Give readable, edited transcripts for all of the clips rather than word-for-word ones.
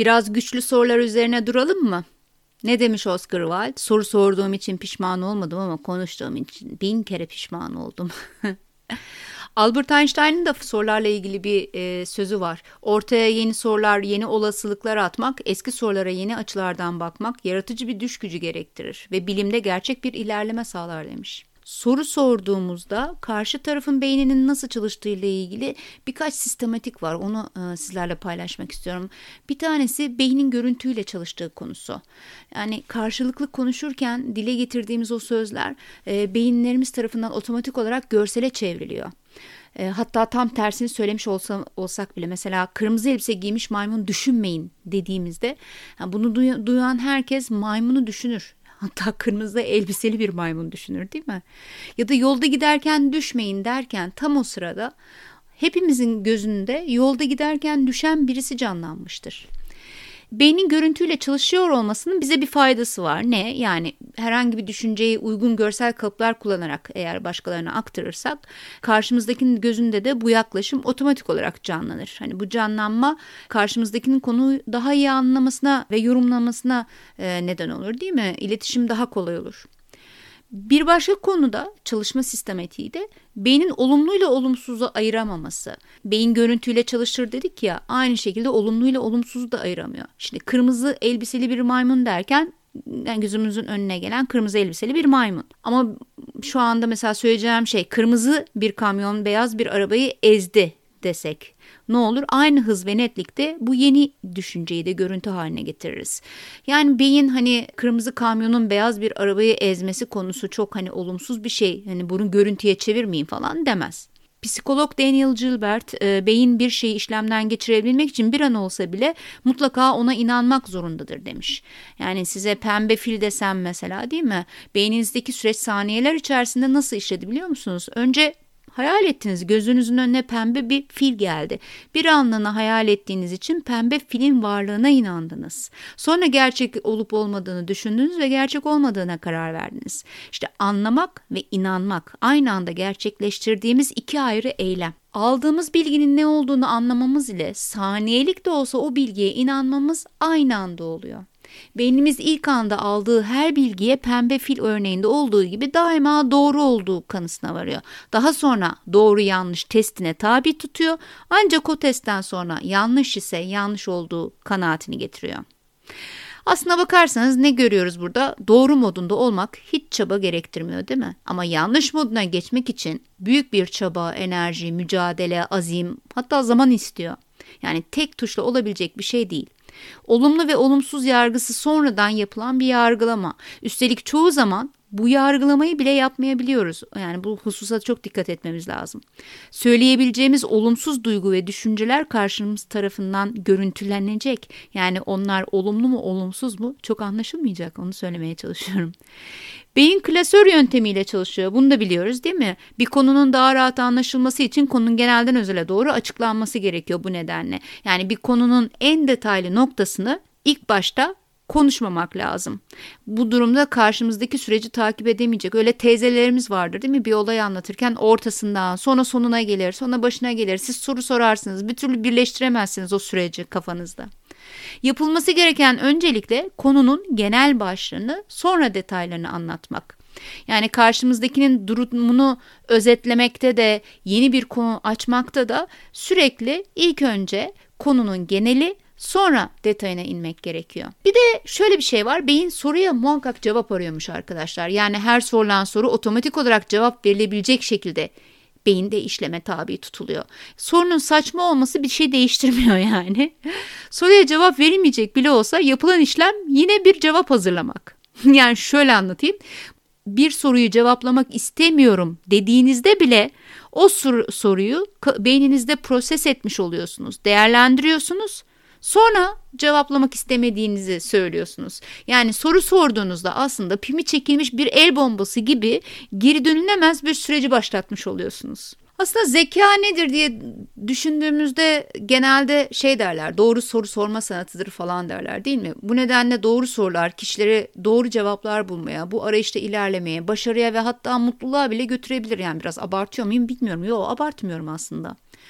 Biraz güçlü sorular üzerine duralım mı? Ne demiş Oscar Wilde? Soru sorduğum için pişman olmadım ama konuştuğum için 1000 kere pişman oldum. Albert Einstein'ın da sorularla ilgili bir sözü var. Ortaya yeni sorular, yeni olasılıklar atmak, eski sorulara yeni açılardan bakmak yaratıcı bir düş gücü gerektirir ve bilimde gerçek bir ilerleme sağlar demiş. Soru sorduğumuzda karşı tarafın beyninin nasıl çalıştığı ile ilgili birkaç sistematik var. Onu sizlerle paylaşmak istiyorum. Bir tanesi beynin görüntüyle çalıştığı konusu. Yani karşılıklı konuşurken dile getirdiğimiz o sözler beyinlerimiz tarafından otomatik olarak görsele çevriliyor. Hatta tam tersini söylemiş olsak bile mesela kırmızı elbise giymiş maymun düşünmeyin dediğimizde bunu duyan herkes maymunu düşünür. Hatta kırmızı elbiseli bir maymun düşünür değil mi? Ya da yolda giderken düşmeyin derken tam o sırada hepimizin gözünde yolda giderken düşen birisi canlanmıştır. Beynin görüntüyle çalışıyor olmasının bize bir faydası var. Ne? Yani herhangi bir düşünceyi uygun görsel kalıplar kullanarak eğer başkalarına aktarırsak karşımızdakinin gözünde de bu yaklaşım otomatik olarak canlanır. Hani bu canlanma karşımızdakinin konuyu daha iyi anlamasına ve yorumlamasına neden olur değil mi? İletişim daha kolay olur. Bir başka konuda çalışma sistematiği de beynin olumlu ile olumsuzu ayıramaması. Beyin görüntüyle çalışır dedik ya, aynı şekilde olumlu ile olumsuzu da ayıramıyor. Şimdi kırmızı elbiseli bir maymun derken yani gözümüzün önüne gelen kırmızı elbiseli bir maymun. Ama şu anda mesela söyleyeceğim şey kırmızı bir kamyon beyaz bir arabayı ezdi desek ne olur? Aynı hız ve netlikte bu yeni düşünceyi de görüntü haline getiririz. Yani beyin hani kırmızı kamyonun beyaz bir arabayı ezmesi konusu çok hani olumsuz bir şey. Hani bunu görüntüye çevirmeyin falan demez. Psikolog Daniel Gilbert, beyin bir şeyi işlemden geçirebilmek için bir an olsa bile mutlaka ona inanmak zorundadır demiş. Yani size pembe fil desem mesela değil mi? Beyninizdeki süreç saniyeler içerisinde nasıl işledi biliyor musunuz? Önce hayal ettiniz, gözünüzün önüne pembe bir fil geldi. Bir anlığına hayal ettiğiniz için pembe filin varlığına inandınız. Sonra gerçek olup olmadığını düşündünüz ve gerçek olmadığına karar verdiniz. İşte anlamak ve inanmak aynı anda gerçekleştirdiğimiz iki ayrı eylem. Aldığımız bilginin ne olduğunu anlamamız ile saniyelik de olsa o bilgiye inanmamız aynı anda oluyor. Beynimiz ilk anda aldığı her bilgiye pembe fil örneğinde olduğu gibi daima doğru olduğu kanısına varıyor. Daha sonra doğru yanlış testine tabi tutuyor ancak o testten sonra yanlış ise yanlış olduğu kanaatini getiriyor. Aslına bakarsanız ne görüyoruz burada? Doğru modunda olmak hiç çaba gerektirmiyor değil mi? Ama yanlış moduna geçmek için büyük bir çaba, enerji, mücadele, azim hatta zaman istiyor. Yani tek tuşla olabilecek bir şey değil. Olumlu ve olumsuz yargısı sonradan yapılan bir yargılama. Üstelik çoğu zaman bu yargılamayı bile yapmayabiliyoruz. Yani bu hususa çok dikkat etmemiz lazım. Söyleyebileceğimiz olumsuz duygu ve düşünceler karşımız tarafından görüntülenecek. Yani onlar olumlu mu olumsuz mu çok anlaşılmayacak, onu söylemeye çalışıyorum. Beyin klasör yöntemiyle çalışıyor. Bunu da biliyoruz değil mi? Bir konunun daha rahat anlaşılması için konunun genelden özele doğru açıklanması gerekiyor bu nedenle. Yani bir konunun en detaylı noktasını ilk başta konuşmamak lazım. Bu durumda karşımızdaki süreci takip edemeyecek. Öyle teyzelerimiz vardır değil mi? Bir olay anlatırken ortasından sonra sonuna gelir, sonra başına gelir. Siz soru sorarsınız. Bir türlü birleştiremezsiniz o süreci kafanızda. Yapılması gereken öncelikle konunun genel başlığını sonra detaylarını anlatmak. Yani karşımızdakinin durumunu özetlemekte de yeni bir konu açmakta da sürekli ilk önce konunun geneli sonra detayına inmek gerekiyor. Bir de şöyle bir şey var. Beyin soruya muhakkak cevap arıyormuş arkadaşlar. Yani her sorulan soru otomatik olarak cevap verilebilecek şekilde beyinde işleme tabi tutuluyor. Sorunun saçma olması bir şey değiştirmiyor yani. Soruya cevap verilmeyecek bile olsa yapılan işlem yine bir cevap hazırlamak. Yani şöyle anlatayım. Bir soruyu cevaplamak istemiyorum dediğinizde bile o soruyu beyninizde proses etmiş oluyorsunuz. Değerlendiriyorsunuz. Sonra cevaplamak istemediğinizi söylüyorsunuz. Yani soru sorduğunuzda aslında pimi çekilmiş bir el bombası gibi geri dönülemez bir süreci başlatmış oluyorsunuz. Aslında zeka nedir diye düşündüğümüzde genelde şey derler, doğru soru sorma sanatıdır falan derler değil mi? Bu nedenle doğru sorular kişileri doğru cevaplar bulmaya, bu arayışta ilerlemeye, başarıya ve hatta mutluluğa bile götürebilir. Yani biraz abartıyor muyum bilmiyorum. Yok, abartmıyorum aslında.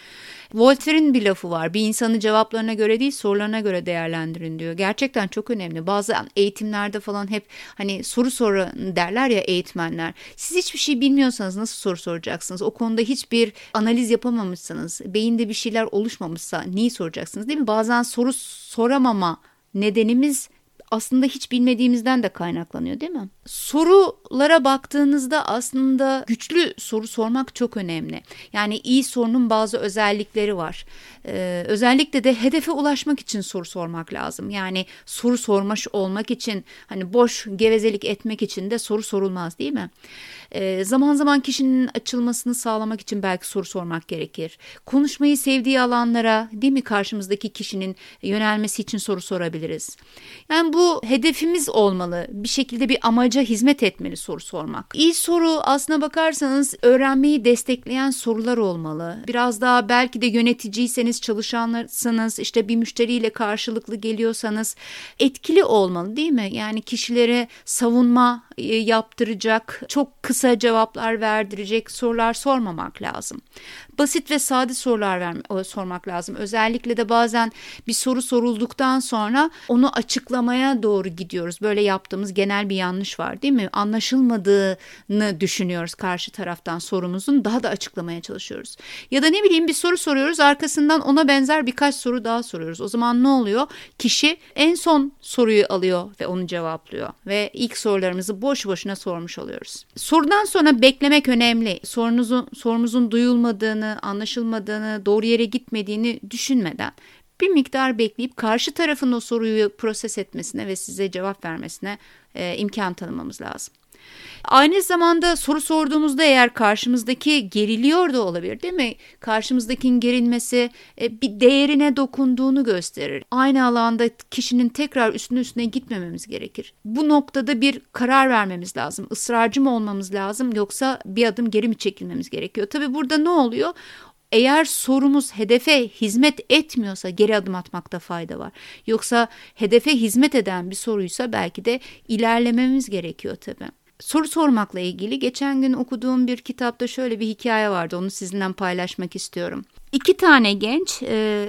Voltaire'in bir lafı var. Bir insanı cevaplarına göre değil, sorularına göre değerlendirin diyor. Gerçekten çok önemli. Bazı eğitimlerde falan hep hani soru sorun derler ya eğitmenler. Siz hiçbir şey bilmiyorsanız nasıl soru soracaksınız? O konuda hiçbir analiz yapamamışsanız, beyinde bir şeyler oluşmamışsa neyi soracaksınız, değil mi? Bazen soru soramama nedenimiz aslında hiç bilmediğimizden de kaynaklanıyor, değil mi? Sorulara baktığınızda aslında güçlü soru sormak çok önemli. Yani iyi sorunun bazı özellikleri var. Özellikle de hedefe ulaşmak için soru sormak lazım. Yani soru sormuş olmak için, hani boş gevezelik etmek için de soru sorulmaz, değil mi? Zaman zaman kişinin açılmasını sağlamak için belki soru sormak gerekir. Konuşmayı sevdiği alanlara, değil mi, karşımızdaki kişinin yönelmesi için soru sorabiliriz. Yani bu hedefimiz olmalı. Bir şekilde bir amaca hizmet etmeli soru sormak. İyi soru, aslına bakarsanız öğrenmeyi destekleyen sorular olmalı. Biraz daha belki de yöneticiyseniz, çalışanlarsanız, işte bir müşteriyle karşılıklı geliyorsanız etkili olmalı, değil mi? Yani kişilere savunma yaptıracak, çok kısa cevaplar verdirecek sorular sormamak lazım. Basit ve sade sorular sormak lazım. Özellikle de bazen bir soru sorulduktan sonra onu açıklamaya doğru gidiyoruz. Böyle yaptığımız genel bir yanlış var, değil mi? Anlaşılmadığını düşünüyoruz karşı taraftan sorumuzun. Daha da açıklamaya çalışıyoruz. Ya da ne bileyim, bir soru soruyoruz, arkasından ona benzer birkaç soru daha soruyoruz. O zaman ne oluyor? Kişi en son soruyu alıyor ve onu cevaplıyor. Ve ilk sorularımızı boş boşuna sormuş oluyoruz. Sorudan sonra beklemek önemli. Sorumuzun duyulmadığını, anlaşılmadığını, doğru yere gitmediğini düşünmeden bir miktar bekleyip karşı tarafın o soruyu proses etmesine ve size cevap vermesine imkan tanımamız lazım. Aynı zamanda soru sorduğumuzda eğer karşımızdaki geriliyor da olabilir, değil mi? Karşımızdakinin gerilmesi bir değerine dokunduğunu gösterir. Aynı alanda kişinin tekrar üstüne gitmememiz gerekir. Bu noktada bir karar vermemiz lazım. Israrcı mı olmamız lazım, yoksa bir adım geri mi çekilmemiz gerekiyor? Tabii burada ne oluyor? Eğer sorumuz hedefe hizmet etmiyorsa geri adım atmakta fayda var. Yoksa hedefe hizmet eden bir soruysa belki de ilerlememiz gerekiyor tabii. Soru sormakla ilgili geçen gün okuduğum bir kitapta şöyle bir hikaye vardı. Onu sizinle paylaşmak istiyorum. 2 tane genç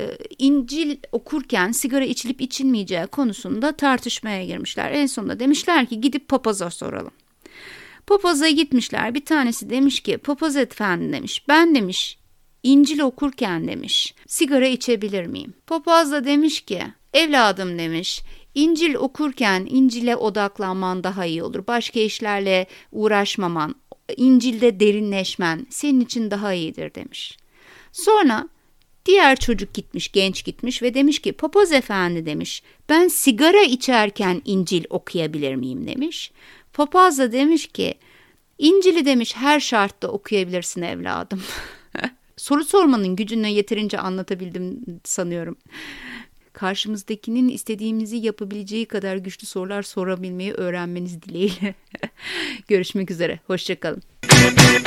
İncil okurken sigara içilip içilmeyeceği konusunda tartışmaya girmişler. En sonunda demişler ki gidip papaza soralım. Papaza gitmişler. Bir tanesi demiş ki, papaz efendi demiş, ben demiş İncil okurken demiş sigara içebilir miyim? Papaz da demiş ki, evladım demiş, İncil okurken İncil'e odaklanman daha iyi olur. Başka işlerle uğraşmaman, İncil'de derinleşmen senin için daha iyidir demiş. Sonra diğer çocuk gitmiş, genç gitmiş ve demiş ki, papaz efendi demiş, ben sigara içerken İncil okuyabilir miyim demiş. Papaz da demiş ki, İncil'i demiş her şartta okuyabilirsin evladım. Soru sormanın gücünü yeterince anlatabildim sanıyorum. Karşımızdakinin istediğimizi yapabileceği kadar güçlü sorular sorabilmeyi öğrenmeniz dileğiyle. Görüşmek üzere, hoşça kalın.